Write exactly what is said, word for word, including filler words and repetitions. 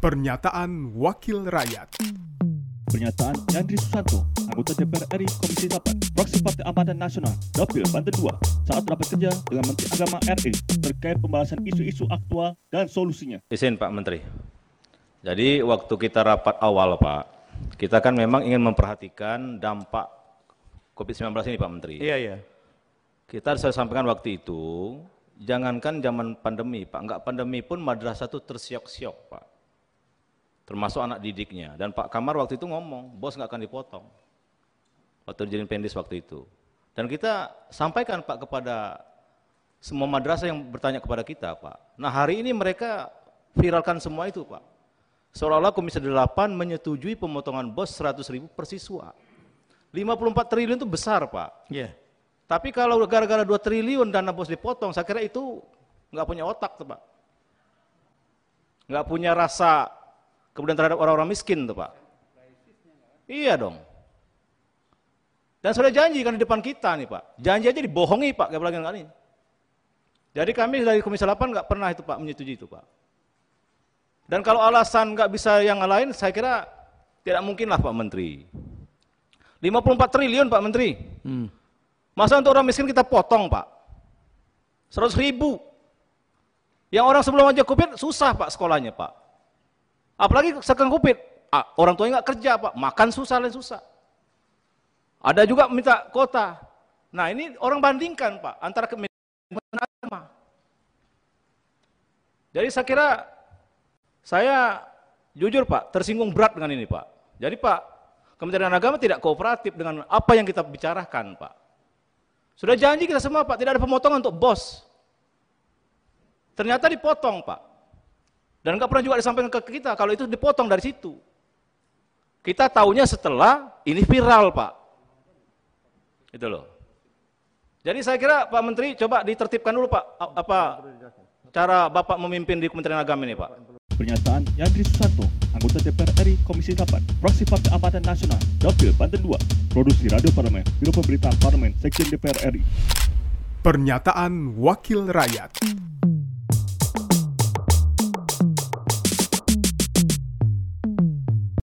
Pernyataan Wakil Rakyat. Pernyataan Yandri Susanto, anggota D P R R I Komisi delapan, Fraksi Partai Amanat Nasional, Dapil Banten dua, saat rapat kerja dengan Menteri Agama R I terkait pembahasan isu-isu aktual dan solusinya. Izin Pak Menteri. Jadi waktu kita rapat awal Pak, kita kan memang ingin memperhatikan dampak covid sembilan belas ini Pak Menteri. Iya, iya. Kita saya sampaikan waktu itu, jangankan zaman pandemi Pak, enggak pandemi pun madrasah itu tersiok-siok Pak. Termasuk anak didiknya. Dan Pak Kamar waktu itu ngomong, bos nggak akan dipotong. Waktu dijadiin pendis waktu itu. Dan kita sampaikan Pak kepada semua madrasah yang bertanya kepada kita Pak. Nah hari ini mereka viralkan semua itu Pak. Seolah-olah Komisi delapan menyetujui pemotongan bos seratus ribu per siswa. lima puluh empat triliun itu besar Pak. Iya. Tapi kalau gara-gara dua triliun dana bos dipotong, saya kira itu nggak punya otak tuh Pak. Nggak punya rasa kemudian terhadap orang-orang miskin tuh Pak. Iya dong. Dan sudah janji kan di depan kita nih Pak. Janji aja dibohongi Pak, kayak lagi kali ini. Jadi kami dari Komisi delapan nggak pernah itu Pak menyetujui itu Pak. Dan kalau alasan nggak bisa yang lain, saya kira tidak mungkin lah Pak Menteri. lima puluh empat triliun Pak Menteri. Hmm. Masa untuk orang miskin kita potong Pak? seratus ribu. Yang orang sebelum aja Covid susah Pak sekolahnya Pak. Apalagi sekarang Covid, ah, orang tuanya nggak kerja Pak, makan susah lain susah. Ada juga minta kuota. Nah ini orang bandingkan Pak, antara kementerian agama. Jadi saya kira, saya jujur Pak, tersinggung berat dengan ini Pak. Jadi Pak, Kementerian Agama tidak kooperatif dengan apa yang kita bicarakan Pak. Sudah janji kita semua Pak, tidak ada pemotongan untuk bos. Ternyata dipotong Pak. Dan nggak pernah juga disampaikan ke kita kalau itu dipotong dari situ. Kita tahunya setelah ini viral Pak. Itu loh. Jadi saya kira Pak Menteri coba ditertibkan dulu Pak apa cara Bapak memimpin di Kementerian Agama ini Pak. Pernyataan Yandri Susanto, anggota D P R R I Komisi delapan, Fraksi Partai Amanat Nasional, Dapil Banten dua, Produksi Radio Parlemen, Biro Pemberitaan Parlemen, Sekjen D P R R I. Pernyataan Wakil Rakyat.